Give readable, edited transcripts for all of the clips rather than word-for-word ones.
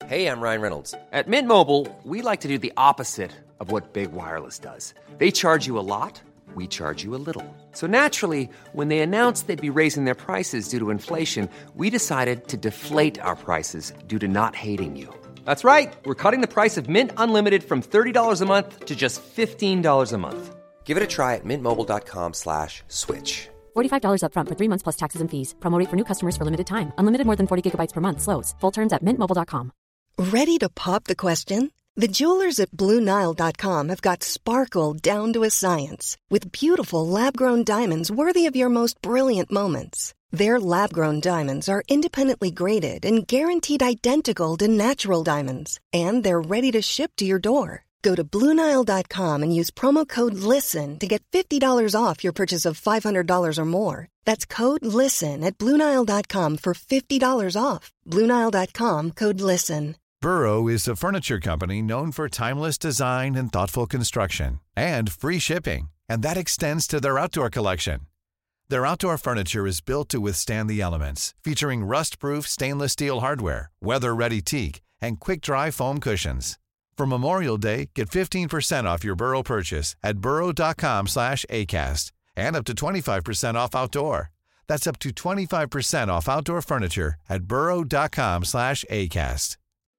Hey, I'm Ryan Reynolds. At Mint Mobile, we like to do the opposite of what Big Wireless does. They charge you a lot, we charge you a little. So naturally, when they announced they'd be raising their prices due to inflation, we decided to deflate our prices due to not hating you. That's right. We're cutting the price of Mint Unlimited from $30 a month to just $15 a month. Give it a try at mintmobile.com/switch. $45 up front for 3 months plus taxes and fees. Promo rate for new customers for limited time. Unlimited more than 40 gigabytes per month. Slows full terms at mintmobile.com. Ready to pop the question? The jewelers at BlueNile.com have got sparkle down to a science with beautiful lab-grown diamonds worthy of your most brilliant moments. Their lab-grown diamonds are independently graded and guaranteed identical to natural diamonds, and they're ready to ship to your door. Go to BlueNile.com and use promo code LISTEN to get $50 off your purchase of $500 or more. That's code LISTEN at BlueNile.com for $50 off. BlueNile.com, code LISTEN. Burrow is a furniture company known for timeless design and thoughtful construction, and free shipping, and that extends to their outdoor collection. Their outdoor furniture is built to withstand the elements, featuring rust-proof stainless steel hardware, weather-ready teak, and quick-dry foam cushions. For Memorial Day, get 15% off your Burrow purchase at burrow.com/acast, and up to 25% off outdoor. That's up to 25% off outdoor furniture at burrow.com/acast.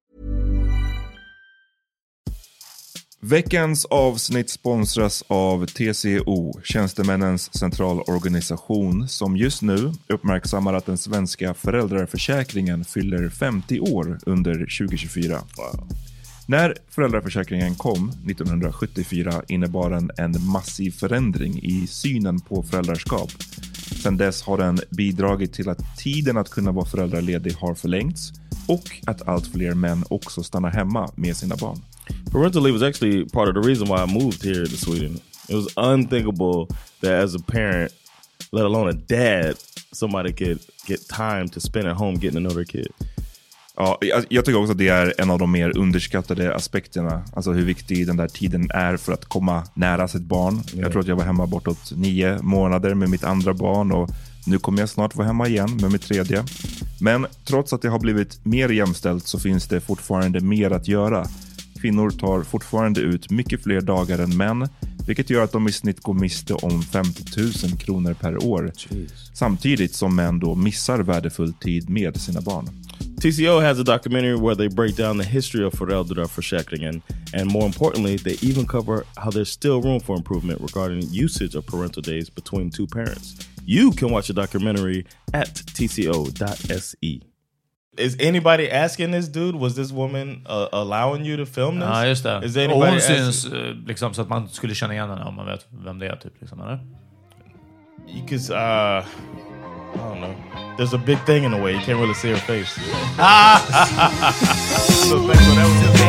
Veckans avsnitt sponsras av TCO, Tjänstemännens centralorganisation, som just nu uppmärksammar att den svenska föräldraförsäkringen fyller 50 år under 2024. Wow. När föräldraförsäkringen kom 1974 innebar den en massiv förändring i synen på föräldraskap. Sedan dess har den bidragit till att tiden att kunna vara föräldraledig har förlängts och att allt fler män också stannar hemma med sina barn. Parental leave was actually part of the reason why I moved here to Sweden. It was unthinkable that as a parent, let alone a dad, somebody could get time to spend at home getting to know their kid. Ja, jag tycker också att det är en av de mer underskattade aspekterna. Alltså hur viktig den där tiden är för att komma nära sitt barn. Yeah. Jag tror att jag var hemma bortåt 9 månader med mitt andra barn, och nu kommer jag snart vara hemma igen med mitt tredje. Men trots att det har blivit mer jämställt så finns det fortfarande mer att göra. Kvinnor tar fortfarande ut mycket fler dagar än män, vilket gör att de i snitt går miste om 50 000 kronor per år. Jeez. Samtidigt som män då missar värdefull tid med sina barn. TCO has a documentary where they break down the history of föräldraförsäkringen, and more importantly, they even cover how there's still room for improvement regarding usage of parental days between two parents. You can watch the documentary at tco.se. Is anybody asking this dude, was this woman allowing you to film this? Ja, just det. Is och hon syns liksom, så att man skulle känna igen henne om man vet vem det är typ, liksom, eller? Because, I don't know. There's a big thing in the way. You can't really see her face. So thanks for that was just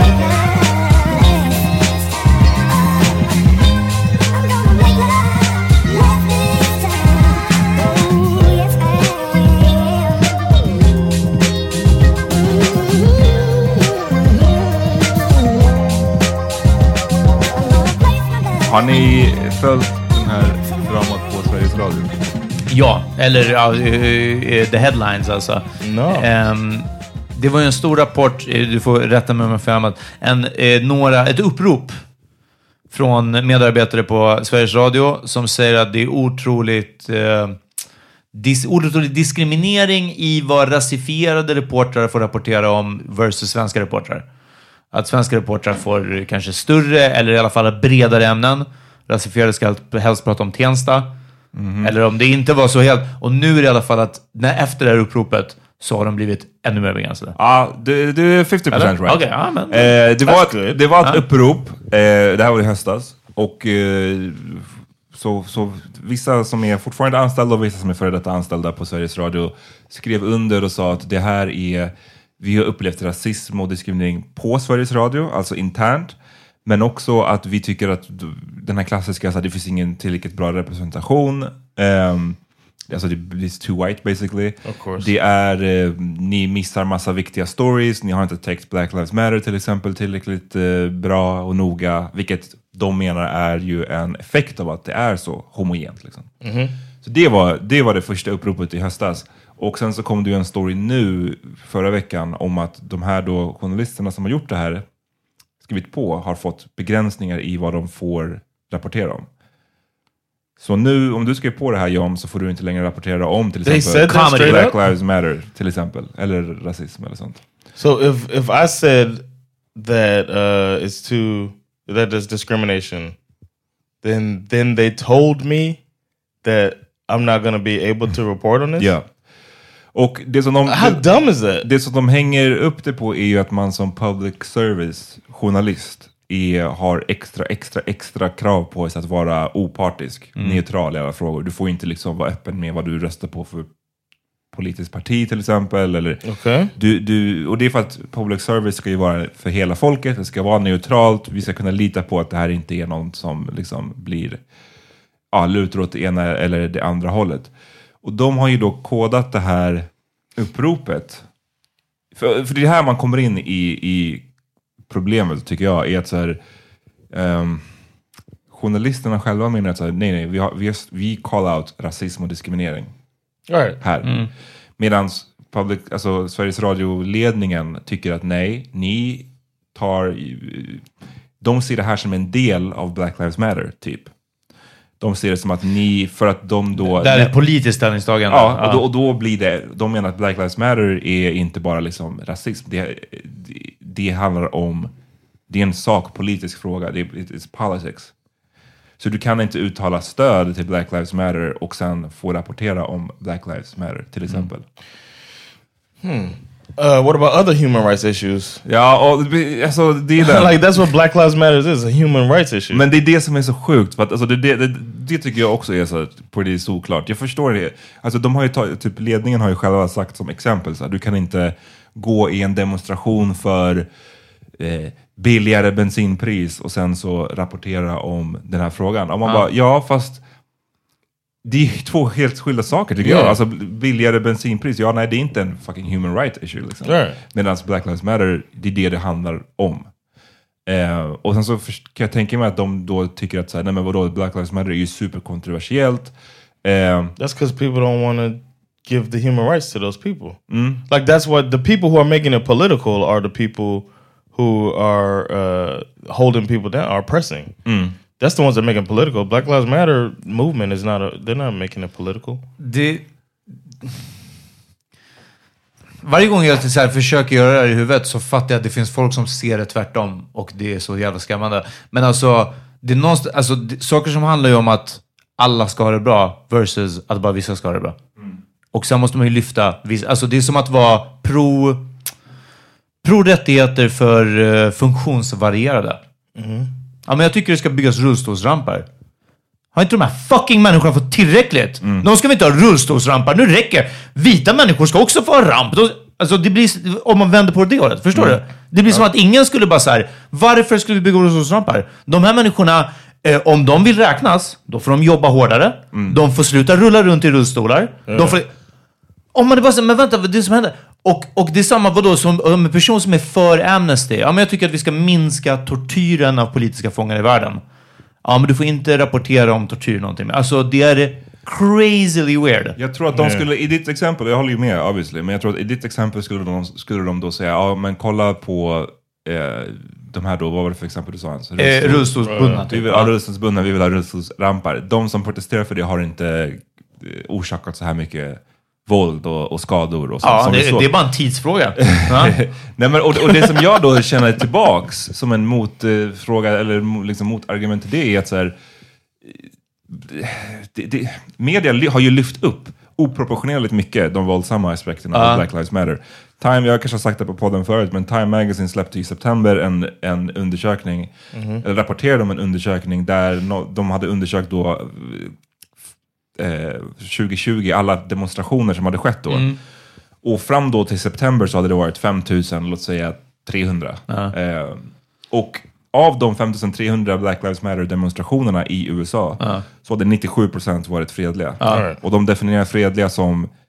Har ni följt den här dramat på Sveriges Radio? Ja, eller the headlines alltså. No. Det var ju en stor rapport, du får rätta mig om jag har fel, ett upprop från medarbetare på Sveriges Radio som säger att det är otroligt diskriminering i vad rasifierade reportrar får rapportera om versus svenska reportrar. Att svenska reportrar får kanske större eller i alla fall bredare ämnen. Rasifierade ska helst prata om Tensta. Mm-hmm. Eller om det inte var så helt. Och nu är det i alla fall att efter det här uppropet så har de blivit ännu mer begränsade. Ja, det är 50% right. Okay, ja, men, det var ett upprop. Det här var i höstas. Och så vissa som är fortfarande anställda och vissa som är före detta anställda på Sveriges Radio skrev under och sa att det här är... Vi har upplevt rasism och diskriminering på Sveriges Radio, alltså internt. Men också att vi tycker att den här klassiska, alltså det finns ingen tillräckligt bra representation. Alltså det är too white basically. Det är, ni missar massa viktiga stories. Ni har inte täckt Black Lives Matter till exempel tillräckligt bra och noga. Vilket de menar är ju en effekt av att det är så homogent liksom. Mm-hmm. Så det var det första uppropet i höstas. Och sen så kom det ju en story nu förra veckan om att de här då journalisterna som har gjort det här, skrivit på, har fått begränsningar i vad de får rapportera om. Så nu, om du skriver på det här, John, så får du inte längre rapportera om till exempel Black Lives Matter till exempel, eller rasism eller sånt. So if I said that that there's discrimination, then they told me that I'm not going to be able to report on this? Yeah. Och det som How dumb is that? Det som de hänger upp det på är ju att man som public service journalist har extra krav på sig att vara opartisk, neutral i alla frågor. Du får inte liksom vara öppen med vad du röstar på för politiskt parti till exempel. Eller och det är för att public service ska ju vara för hela folket. Det ska vara neutralt. Vi ska kunna lita på att det här inte är någon som liksom blir lutar åt det ena eller det andra hållet. Och de har ju då kodat det här uppropet. För det här man kommer in i problemet, tycker jag, är att så här, journalisterna själva menar att så här, nej, vi call out rasism och diskriminering här. Medan Sveriges Radio-ledningen tycker att nej, de ser det här som en del av Black Lives Matter, typ. De ser det som att för att de då... Det är ett politiskt ställningstagande. Ja, och då blir det... De menar att Black Lives Matter är inte bara liksom rasism. Det handlar om... Det är en politisk fråga. It's politics. Så du kan inte uttala stöd till Black Lives Matter och sen få rapportera om Black Lives Matter, till exempel. What about other human rights issues? Ja, alltså det är det. Like that's what Black Lives Matter is, a human rights issue. Men det är det som är så sjukt, för att alltså det tycker jag också är så på det såklart. Jag förstår det. Alltså de har ju typ ledningen har ju själva sagt som exempel så här, du kan inte gå i en demonstration för billigare bensinpris och sen så rapportera om den här frågan. Om man bara fast det är två helt skilda saker, tycker jag. Alltså billigare bensinpris, det är inte en fucking human right issue liksom. Medan Black Lives Matter, det är det handlar om. Och sen så kan jag tänka mig att de då tycker att så här, nej men vadå, Black Lives Matter är ju superkontroversiellt. That's because people don't want to give the human rights to those people. Like that's what the people who are making it political are the people who are holding people down, are pressing. That's the ones that make it political. Black Lives Matter movement is they're not making it political. Varje gång jag så här försöker göra det här i huvudet så fattar jag att det finns folk som ser det tvärtom och det är så jävla skrämmande. Men alltså, det är saker som handlar ju om att alla ska ha det bra versus att bara vissa ska ha det bra. Och sen måste man ju lyfta alltså det är som att vara pro-rättigheter för funktionsvarierade. Ja, men jag tycker det ska byggas rullstolsrampar. Har inte de här fucking människorna fått tillräckligt? De ska väl inte ha rullstolsrampar, nu räcker. Vita människor ska också få ha ramp. Alltså det blir, om man vänder på det året, förstår du? Det blir som att ingen skulle bara så här, varför skulle vi bygga rullstolsrampar? De här människorna, om de vill räknas, då får de jobba hårdare. De får sluta rulla runt i rullstolar. De får... Om man är bara så, men vänta, det som händer. Och det är samma vadå, som en person som är för Amnesty. Ja, men jag tycker att vi ska minska tortyren av politiska fångar i världen. Ja, men du får inte rapportera om tortyr någonting. Alltså, det är crazily weird. Jag tror att de skulle, i ditt exempel, jag håller ju med obviously, men jag tror att i ditt exempel skulle de då säga, ja men kolla på de här då, vad var det för exempel du sa ens? Rullstolsbundna. Rullstolsbundna, vi vill ha rullstolsrampar. De som protesterar för det har inte orsakat så här mycket våld och skador och sånt. Ja, det är bara en tidsfråga. Nej, men, och det som jag då känner tillbaks som en motfråga eller liksom motargument till det är att så här, media har ju lyft upp oproportionerligt mycket de våldsamma aspekterna av Black Lives Matter. Time, jag kanske har sagt det på podden förut, men Time Magazine släppte i september en undersökning, eller rapporterade om en undersökning där de hade undersökt då 2020 alla demonstrationer som hade skett då. Och fram då till september så hade det varit 5000, låt säga 300. Och av de 5300 Black Lives Matter demonstrationerna i USA så hade 97% varit fredliga. Och de definierar fredliga som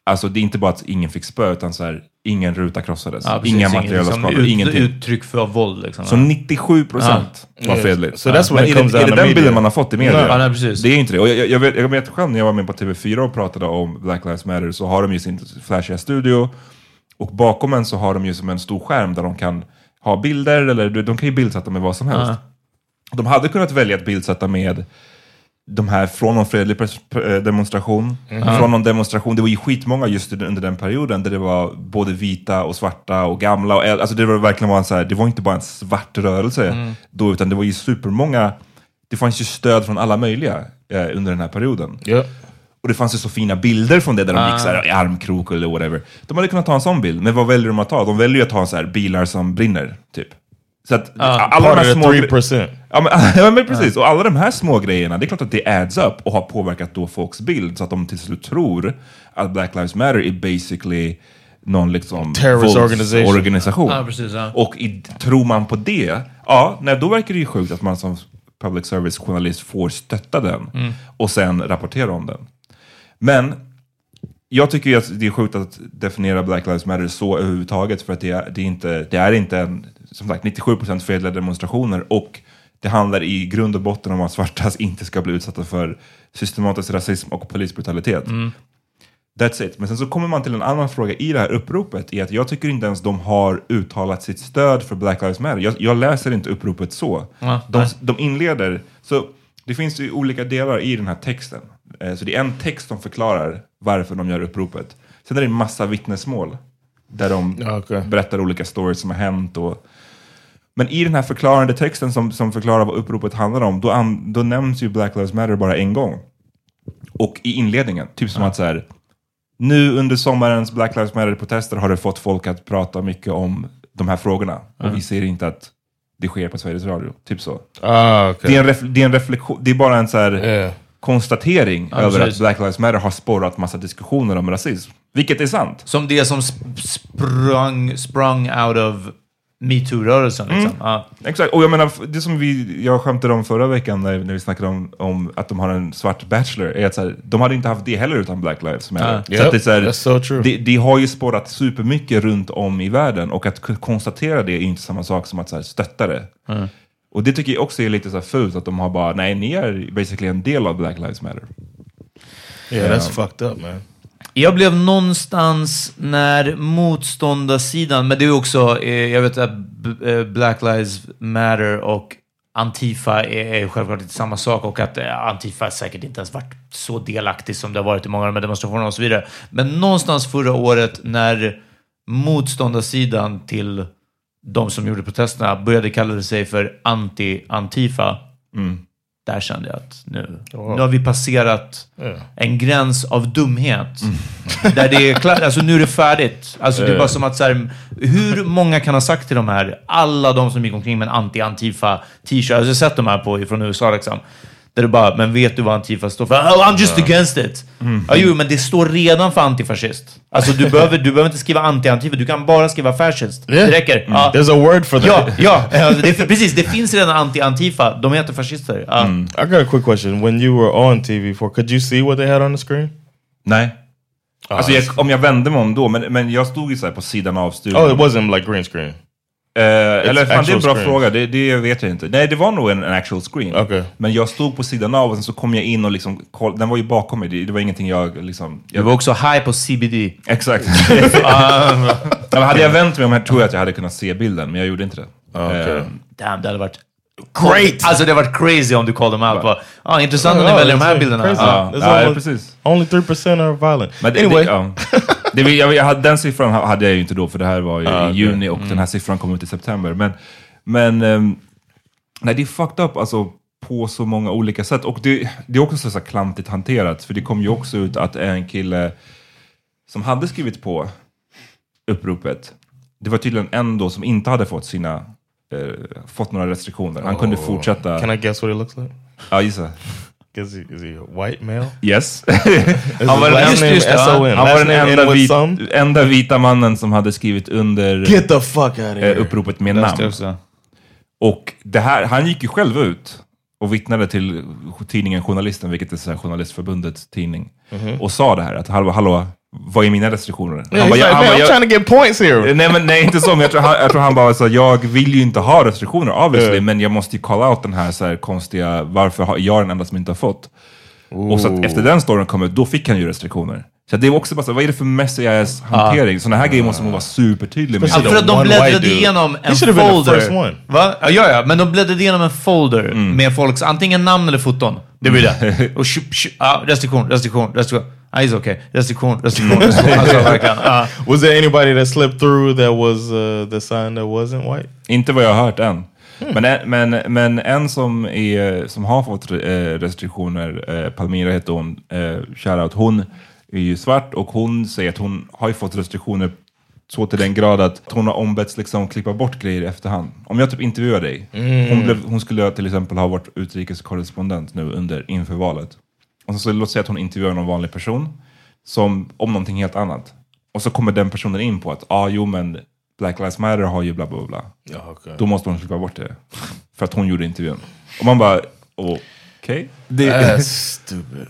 Alltså det är inte bara att ingen fick spö, utan så här, ingen ruta krossades. Precis, inga materiella skador, ingenting. Uttryck för våld liksom. Så 97% var fredligt. So that's what it comes är down det to den bilden media. man har fått i media? Nej, precis. Det är inte det. Och jag vet själv när jag var med på TV4 och pratade om Black Lives Matter, så har de ju sin flashiga studio. Och bakom en så har de ju som en stor skärm där de kan ha bilder, eller de kan ju bildsätta med vad som helst. De hade kunnat välja att bildsätta med de här från någon fredlig demonstration. Från någon demonstration, det var ju skitmånga just under den perioden där det var både vita och svarta och gamla. Och alltså det var verkligen var en så här, det var inte bara en svart rörelse då, utan det var ju supermånga. Det fanns ju stöd från alla möjliga under den här perioden. Och det fanns ju så fina bilder från det där de gick så här i armkrok eller whatever. De hade kunnat ta en sån bild, men vad väljer de att ta? De väljer att ta så här bilar som brinner, typ. Så att alla de här små 3%. Ja, men precis. Och alla de här små grejerna, det är klart att det adds up och har påverkat då folks bild så att de till slut tror att Black Lives Matter är basically någon liksom terrorist organisation. Ja, precis, ja. Och tror man på det, då verkar det ju sjukt att man som public service journalist får stötta den och sen rapportera om den. Men jag tycker ju att det är sjukt att definiera Black Lives Matter så överhuvudtaget, för att det är inte en, som sagt, 97% fredliga demonstrationer, och det handlar i grund och botten om att svartas inte ska bli utsatta för systematisk rasism och polisbrutalitet. That's it. Men sen så kommer man till en annan fråga i det här uppropet, är att jag tycker inte ens de har uttalat sitt stöd för Black Lives Matter. Jag läser inte uppropet så. De inleder, så det finns ju olika delar i den här texten. Så det är en text som förklarar varför de gör uppropet. Sen är det en massa vittnesmål där de berättar olika stories som har hänt. Men i den här förklarande texten som förklarar vad uppropet handlar om, då nämns ju Black Lives Matter bara en gång. Och i inledningen, typ som att så här, nu under sommarens Black Lives Matter-protester har det fått folk att prata mycket om de här frågorna. Och vi ser inte att det sker på Sveriges Radio. Typ så. Det är en reflektion, det är bara en så här konstatering över att Black Lives Matter har spårat massa diskussioner om rasism. Vilket är sant. Som det som sprung out of MeToo-rörelsen liksom. Exakt, och jag menar, det som jag skämtade om förra veckan när vi snackade om att de har en svart bachelor, är att så här, de hade inte haft det heller utan Black Lives Matter. Så att det är så här, that's so true. De har ju spårat supermycket runt om i världen, och att konstatera det är inte samma sak som att så här, stötta det. Och det tycker jag också är lite så här fult, att de har bara, nej, ni är basically en del av Black Lives Matter. That's fucked up, man. Jag blev någonstans när motståndarsidan, men det är också, jag vet att Black Lives Matter och Antifa är självklart inte samma sak, och att Antifa säkert inte ens varit så delaktig som det har varit i många av de här demonstrationerna och så vidare. Men någonstans förra året när motståndarsidan till de som gjorde protesterna började kalla sig för anti-Antifa, där kände jag att nu har vi passerat en gräns av dumhet. Där det är klart, alltså nu är det färdigt. Alltså det är bara som att så här, hur många kan ha sagt till de här, alla de som gick omkring med en anti-Antifa t-shirt, alltså jag har sett de här från USA liksom. Där du bara, men vet du vad Antifa står för? Oh, I'm just against it. Jo, men det står redan för antifascist. Alltså du behöver inte skriva anti-Antifa, du kan bara skriva fascist. Det räcker. There's a word for that. Precis, det finns redan anti-Antifa. De heter fascister. I got a quick question. When you were on TV before, could you see what they had on the screen? Nej. Alltså om jag vände mig om då, men jag stod ju så här på sidan av studion. It wasn't like green screen. Eller fan, det är en bra fråga, det vet jag inte. Nej, det var nog en actual screen. Men jag stod på sidan av, och sen så kom jag in och liksom den var ju bakom mig, det var ingenting jag liksom... Du var också high på CBD. Exakt. Hade jag vänt mig om, jag tror jag att jag hade kunnat se bilden, men jag gjorde inte det. Damn, det hade varit great! Alltså det har varit crazy om du call them out. Intressant att ni väljer de här bilderna. Precis. Only 3% are violent. Men anyway. Den siffran hade jag ju inte då, för det här var ju i juni, och den här siffran kom ut i september. Men nej, det är fucked up alltså, på så många olika sätt. Och det är också så klantigt hanterat, för det kom ju också ut att en kille som hade skrivit på uppropet, det var tydligen en då som inte hade fått fått några restriktioner. Han kunde fortsätta. Can I guess what it looks like? Ja, gissa. Is he a white male? Yes. Han var den enda vita mannen som hade skrivit under Get the fuck out of here. Uppropet med namn. Och det här, han gick ju själv ut och vittnade till tidningen Journalisten, vilket är så här Journalistförbundets tidning, och sa det här att hallå, vad är mina restriktioner? Han bara, I'm trying to get points here. Nej, inte så, men jag tror han bara så, jag vill ju inte ha restriktioner obviously, men jag måste ju call out den här, så här konstiga, varför har jag den enda som inte har fått. Och så att efter den storyn kom ut, då fick han ju restriktioner. Så det är också bara så, vad är det för messy ass hantering? Såna här grejer måste man vara supertydlig med. För att de bläddrade igenom en folder. Va? Ja, men de bläddrade igenom en folder med folks antingen namn eller foton. Det var det. Och restriktion. It's okay. Restriktion. Alltså, verkligen. Was there anybody that slipped through that was the sign that wasn't white? Inte vad jag har hört än. Men en som har fått restriktioner, Palmira heter hon, shoutout, hon är ju svart och hon säger att hon har ju fått restriktioner så till den grad att hon har ombetts liksom klippa bort grejer i efterhand. Om jag typ intervjuar dig, hon skulle till exempel ha varit utrikeskorrespondent nu inför valet. Och så låt säga att hon intervjuar någon vanlig person som om någonting helt annat. Och så kommer den personen in på att men Black Lives Matter har ju bla bla bla. Ja, okay. Då måste hon klippa bort det. För att hon gjorde intervjun. Och man bara, okej. That's stupid.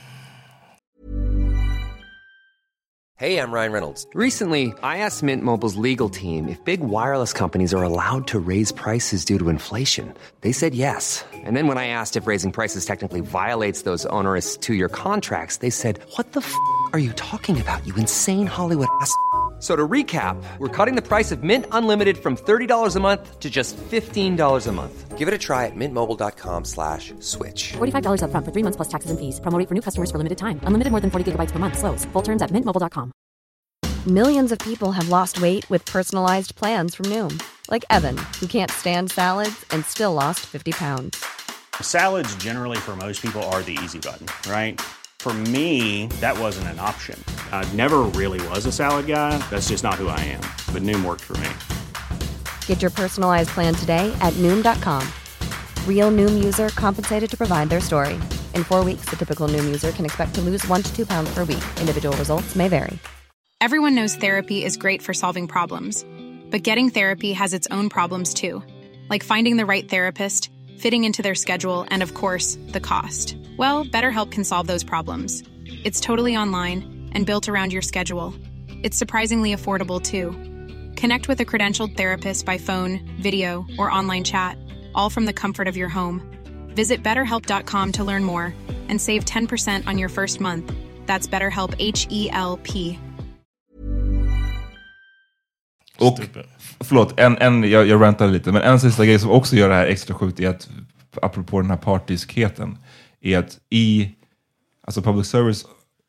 Hey, I'm Ryan Reynolds. Recently, I asked Mint Mobile's legal team if big wireless companies are allowed to raise prices due to inflation. They said yes. And then when I asked if raising prices technically violates those onerous 2-year contracts, they said, what the f*** are you talking about, you insane Hollywood ass? So to recap, we're cutting the price of Mint Unlimited from $30 a month to just $15 a month. Give it a try at mintmobile.com/switch. $45 up front for 3 months plus taxes and fees. Promo rate for new customers for limited time. Unlimited more than 40 gigabytes per month. Slows full terms at mintmobile.com. Millions of people have lost weight with personalized plans from Noom. Like Evan, who can't stand salads and still lost 50 pounds. Salads generally for most people are the easy button, right? For me, that wasn't an option. I never really was a salad guy. That's just not who I am. But Noom worked for me. Get your personalized plan today at Noom.com. Real Noom user compensated to provide their story. In 4 weeks, the typical Noom user can expect to lose 1 to 2 pounds per week. Individual results may vary. Everyone knows therapy is great for solving problems. But getting therapy has its own problems too. Like finding the right therapist, fitting into their schedule, and of course, the cost. Well, BetterHelp can solve those problems. It's totally online and built around your schedule. It's surprisingly affordable too. Connect with a credentialed therapist by phone, video, or online chat, all from the comfort of your home. Visit BetterHelp.com to learn more and save 10% on your first month. That's BetterHelp, H-E-L-P. Och, förlåt, jag rantade lite, men en sista grej som också gör det här extra sjukt är att, apropå den här partiskheten, är att alltså public service,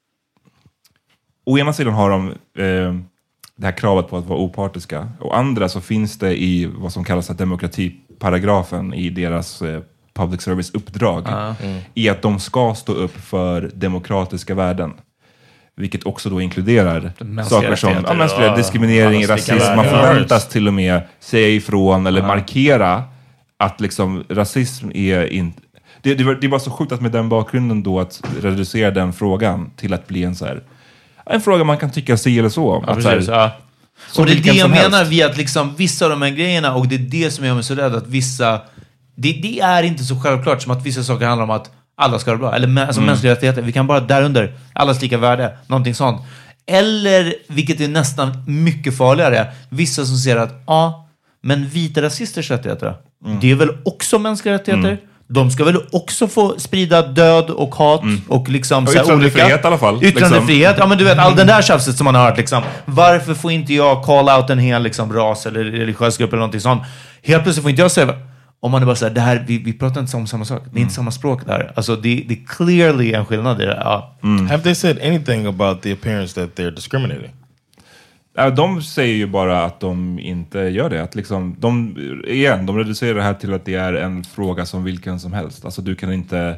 å ena sidan har de det här kravet på att vara opartiska, och andra så finns det i vad som kallas demokratiparagrafen i deras public service uppdrag i att de ska stå upp för demokratiska värden. Vilket också då inkluderar saker som mänskliga diskriminering, rasism. Man förväntas till och med säga ifrån eller markera att liksom rasism är inte... Det är bara så sjukt att med den bakgrunden då att reducera den frågan till att bli en fråga man kan tycka sig eller så. Ja, precis, och det är det jag menar vid att liksom vissa av de här grejerna, och det är det som gör mig så rädd att vissa... Det är inte så självklart som att vissa saker handlar om att alla ska vara bra. Eller alltså mänskliga rättigheter. Vi kan bara därunder. Allas lika värde. Någonting sånt. Eller, vilket är nästan mycket farligare, vissa som säger att men vita rasisters rättigheter. Det är väl också mänskliga rättigheter. De ska väl också få sprida död och hat och liksom och yttrandefrihet i alla fall. Yttrandefrihet. Ja, men du vet, all den där tjafset som man har hört liksom. Varför får inte jag call out en hel liksom ras eller religiös grupp eller någonting sånt? Helt plötsligt får inte jag säga, om man är bara så här, det här, vi pratar inte om samma sak. Det är inte samma språk där. Alltså det är clearly en skillnad i det. Have they said anything about the appearance that they're discriminating? De säger ju bara att de inte gör det. Att liksom, de reducerar det här till att det är en fråga som vilken som helst. Alltså du kan inte...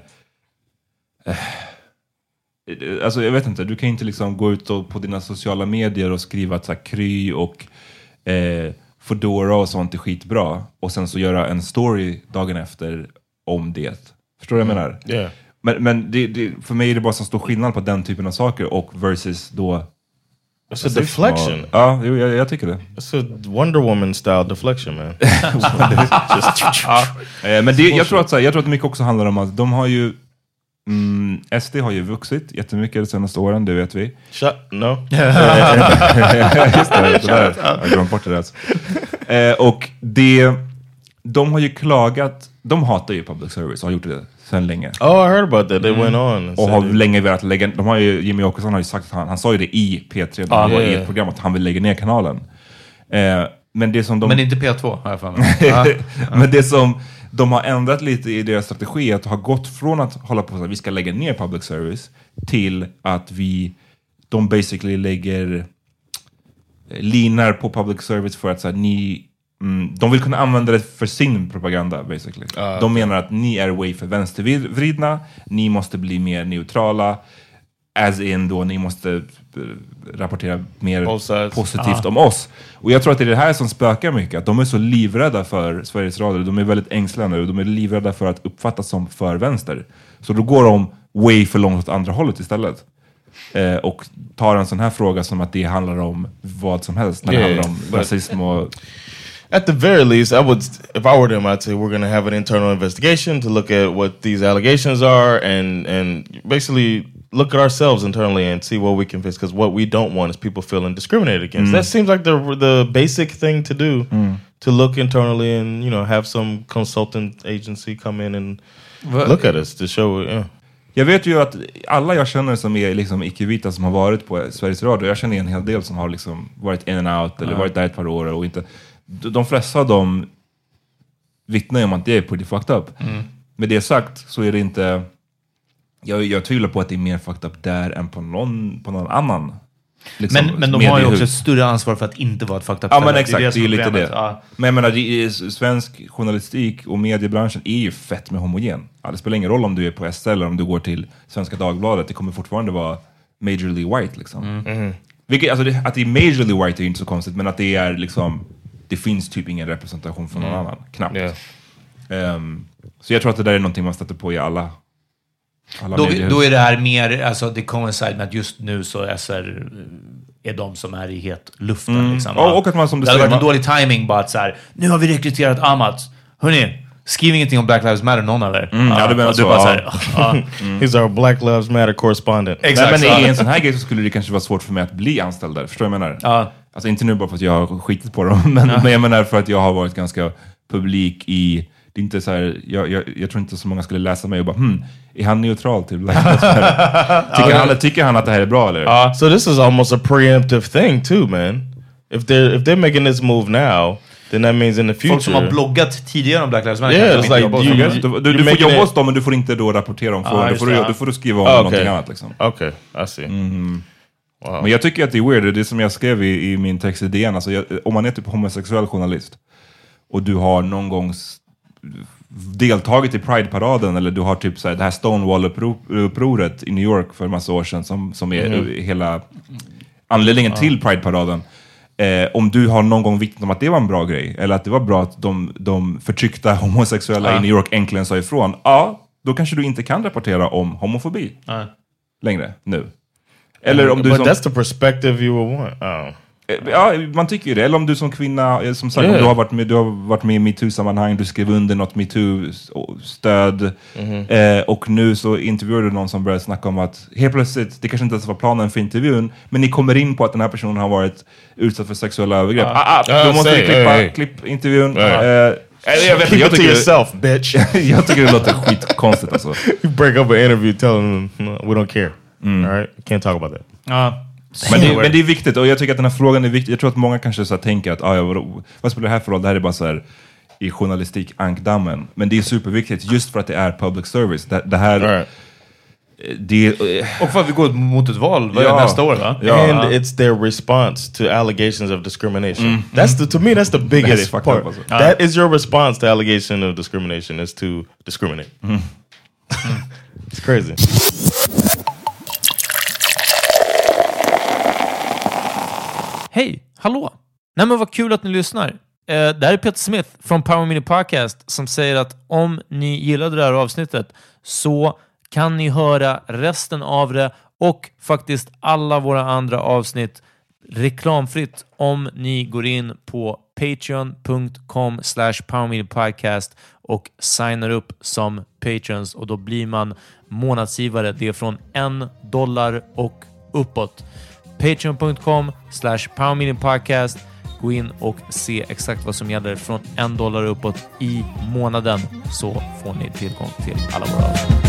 alltså jag vet inte, du kan inte liksom gå ut på dina sociala medier och skriva att så här, Kry och Fedora och sånt är skitbra. Och sen så göra en story dagen efter om det. Förstår du vad jag menar? Yeah. Men det, för mig är det bara så stor skillnad på den typen av saker och versus då It's a deflection. Ja, jag tycker det. It's a Wonder Woman style deflection, man. Men jag tror att mycket också handlar om att de har ju SD har ju vuxit jättemycket de senaste åren, det vet vi. No. Just det där. Jag glömde bort det där. Och de har ju klagat, de hatar ju public service och har gjort det sedan länge. Oh, I heard about that. They went on. Och har länge velat lägga, de har ju, Jimmy Åkesson har ju sagt, han sa ju det i P3 i ett program att han vill lägga ner kanalen. Men det som men inte P2 har jag för mig. Men det som de har ändrat lite i deras strategi är att ha gått från att hålla på så att vi ska lägga ner public service till att de basically lägger linar på public service för att så här, de vill kunna använda det för sin propaganda basically. De menar att ni är way för vänstervridna, ni måste bli mer neutrala, as in då ni måste rapportera mer positivt om oss. Och jag tror att det är det här som spökar mycket, att de är så livrädda för Sveriges Radio, de är väldigt ängsliga nu, de är livrädda för att uppfattas som för vänster. Så då går de way för långt åt andra hållet istället. Och tar en sån här fråga som att det handlar om vad som helst, när det handlar om rasism och... At the very least, if I were them, I'd say we're going to have an internal investigation to look at what these allegations are and basically look at ourselves internally and see what we can fix. Because what we don't want is people feeling discriminated against. That seems like the basic thing to do, to look internally and, you know, have some consultant agency come in and look at us to show, Jag vet ju att alla jag känner som är liksom icke-vita som har varit på Sveriges Radio, jag känner en hel del som har liksom varit in and out eller varit där ett par år och inte... De flesta av dem vittnar ju om att det är pretty fucked up. Med det sagt så är det inte... Jag tvivlar på att det är mer fucked up där än på någon annan. Liksom, men de har ju också ett större ansvar för att inte vara ett fucked up. Ja, men exakt, det är lite det. Ja. Men jag menar, svensk journalistik och mediebranschen är ju fett med homogen. Ja, det spelar ingen roll om du är på SL eller om du går till Svenska Dagbladet. Det kommer fortfarande vara majorly white liksom. Vilket, alltså att det är majorly white är ju inte så konstigt, men att det är liksom... Det finns typ ingen representation från någon annan. Knappt. Så jag tror att det där är någonting man stöter på i alla då är det här mer, alltså det coincide med att just nu så SR är de som är i het luften liksom. Och att man som det hade varit en dålig timing bara att så här, nu har vi rekryterat Amat. Hörrni, skriv ingenting om Black Lives Matter någon av er. Ja, det menar så. Bara så här, he's our Black Lives Matter correspondent. Exakt. Men i en sån här grej så skulle det kanske vara svårt för mig att bli anställd där. Förstår jag menar? Alltså inte nu bara för att jag har skitit på dem, men jag menar för att jag har varit ganska publik i... Det är inte så här, jag tror inte så många skulle läsa mig och bara, är han neutral till Black Lives Matter? Tycker han att det här är bra eller? So this is almost a preemptive thing too, man. If they're making this move now, then that means in the future... Folk som har bloggat tidigare om Black Lives Matter. Yeah, it's like du får jobba hos dem, men du får inte då rapportera om frågan. Du får skriva om någonting annat liksom. Okay, I see. Wow. Men jag tycker att det är weird, det som jag skrev i min text i DN, alltså om man är typ homosexuell journalist och du har någon gång deltagit i Pride-paraden eller du har typ så här, det här Stonewall-upproret i New York för en massa år sedan som är hela anledningen till Pride-paraden. Om du har någon gång vittnat om att det var en bra grej eller att det var bra att de förtryckta homosexuella i New York äntligen sa ifrån, då kanske du inte kan rapportera om homofobi längre nu. Eller om du but that's the perspective you will want. Ja, man tycker ju det. Eller om du som kvinna, som sagt, du har varit med i MeToo-sammanhang, du skrev under något MeToo-stöd och nu så intervjuar du någon som börjar snacka om att helt plötsligt, det kanske inte ens var planen för intervjun, men ni kommer in på att den här personen har varit utsatt för sexuella övergrepp. Då måste vi klippa intervjun. Jag vet, keep it to yourself, bitch. Jag tycker det låter skitkonstigt alltså. You break up an interview telling them we don't care. All right? We can't talk about that. Men det är viktigt, och jag tycker att den här frågan är viktig. Jag tror att många kanske så här tänker att vad spelar det här för roll? Det här är bara så här i journalistik ankdammen. Men det är superviktigt just för att det är public service. Det här och för att vi går mot ett val nästa år, va? And it's their response to allegations of discrimination. To me that's the biggest part. That is your response to allegation of discrimination, is to discriminate. It's crazy. Hej, hallå! Nej men vad kul att ni lyssnar. Det här är Peter Smith från Power Mini Podcast som säger att om ni gillade det här avsnittet så kan ni höra resten av det och faktiskt alla våra andra avsnitt reklamfritt om ni går in på patreon.com/powermeetingpodcast och signar upp som patrons, och då blir man månadsgivare. Det är från $1 och uppåt. Patreon.com/powermeetingpodcast. Gå in och se exakt vad som gäller från $1 uppåt i månaden, så får ni tillgång till alla våra avsnitt.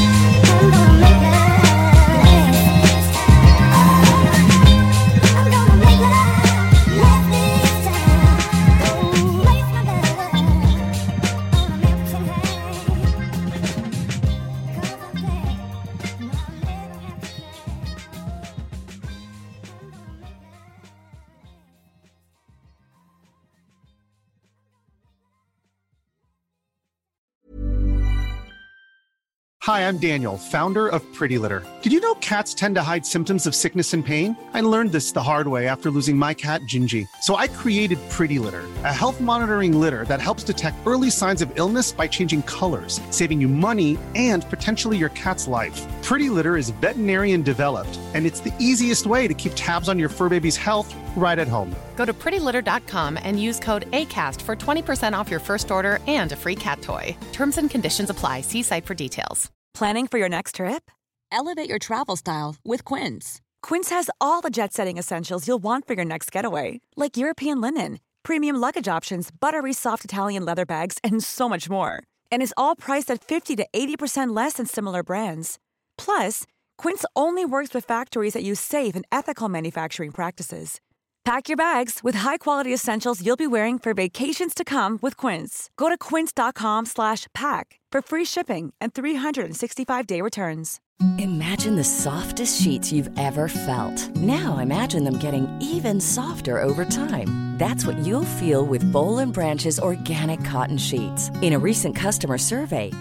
Hi, I'm Daniel, founder of Pretty Litter. Did you know cats tend to hide symptoms of sickness and pain? I learned this the hard way after losing my cat, Gingy. So I created Pretty Litter, a health monitoring litter that helps detect early signs of illness by changing colors, saving you money and potentially your cat's life. Pretty Litter is veterinarian developed, and it's the easiest way to keep tabs on your fur baby's health right at home. Go to prettylitter.com and use code ACAST for 20% off your first order and a free cat toy. Terms and conditions apply. See site for details. Planning for your next trip? Elevate your travel style with Quince. Quince has all the jet-setting essentials you'll want for your next getaway, like European linen, premium luggage options, buttery soft Italian leather bags, and so much more. And is all priced at 50 to 80% less than similar brands. Plus, Quince only works with factories that use safe and ethical manufacturing practices. Pack your bags with high-quality essentials you'll be wearing for vacations to come with Quince. Go to quince.com/pack for free shipping and 365-day returns. Imagine the softest sheets you've ever felt. Now imagine them getting even softer over time. That's what you'll feel with Boll & Branch's organic cotton sheets. In a recent customer survey,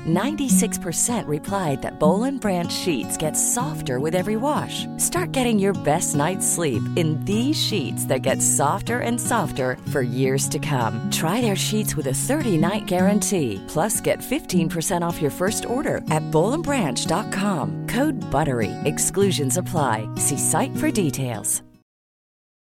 96% replied that Boll & Branch sheets get softer with every wash. Start getting your best night's sleep in these sheets that get softer and softer for years to come. Try their sheets with a 30-night guarantee. Plus, get 15% off your first order at bollandbranch.com. Code BUTTERY. Exclusions apply. See site for details.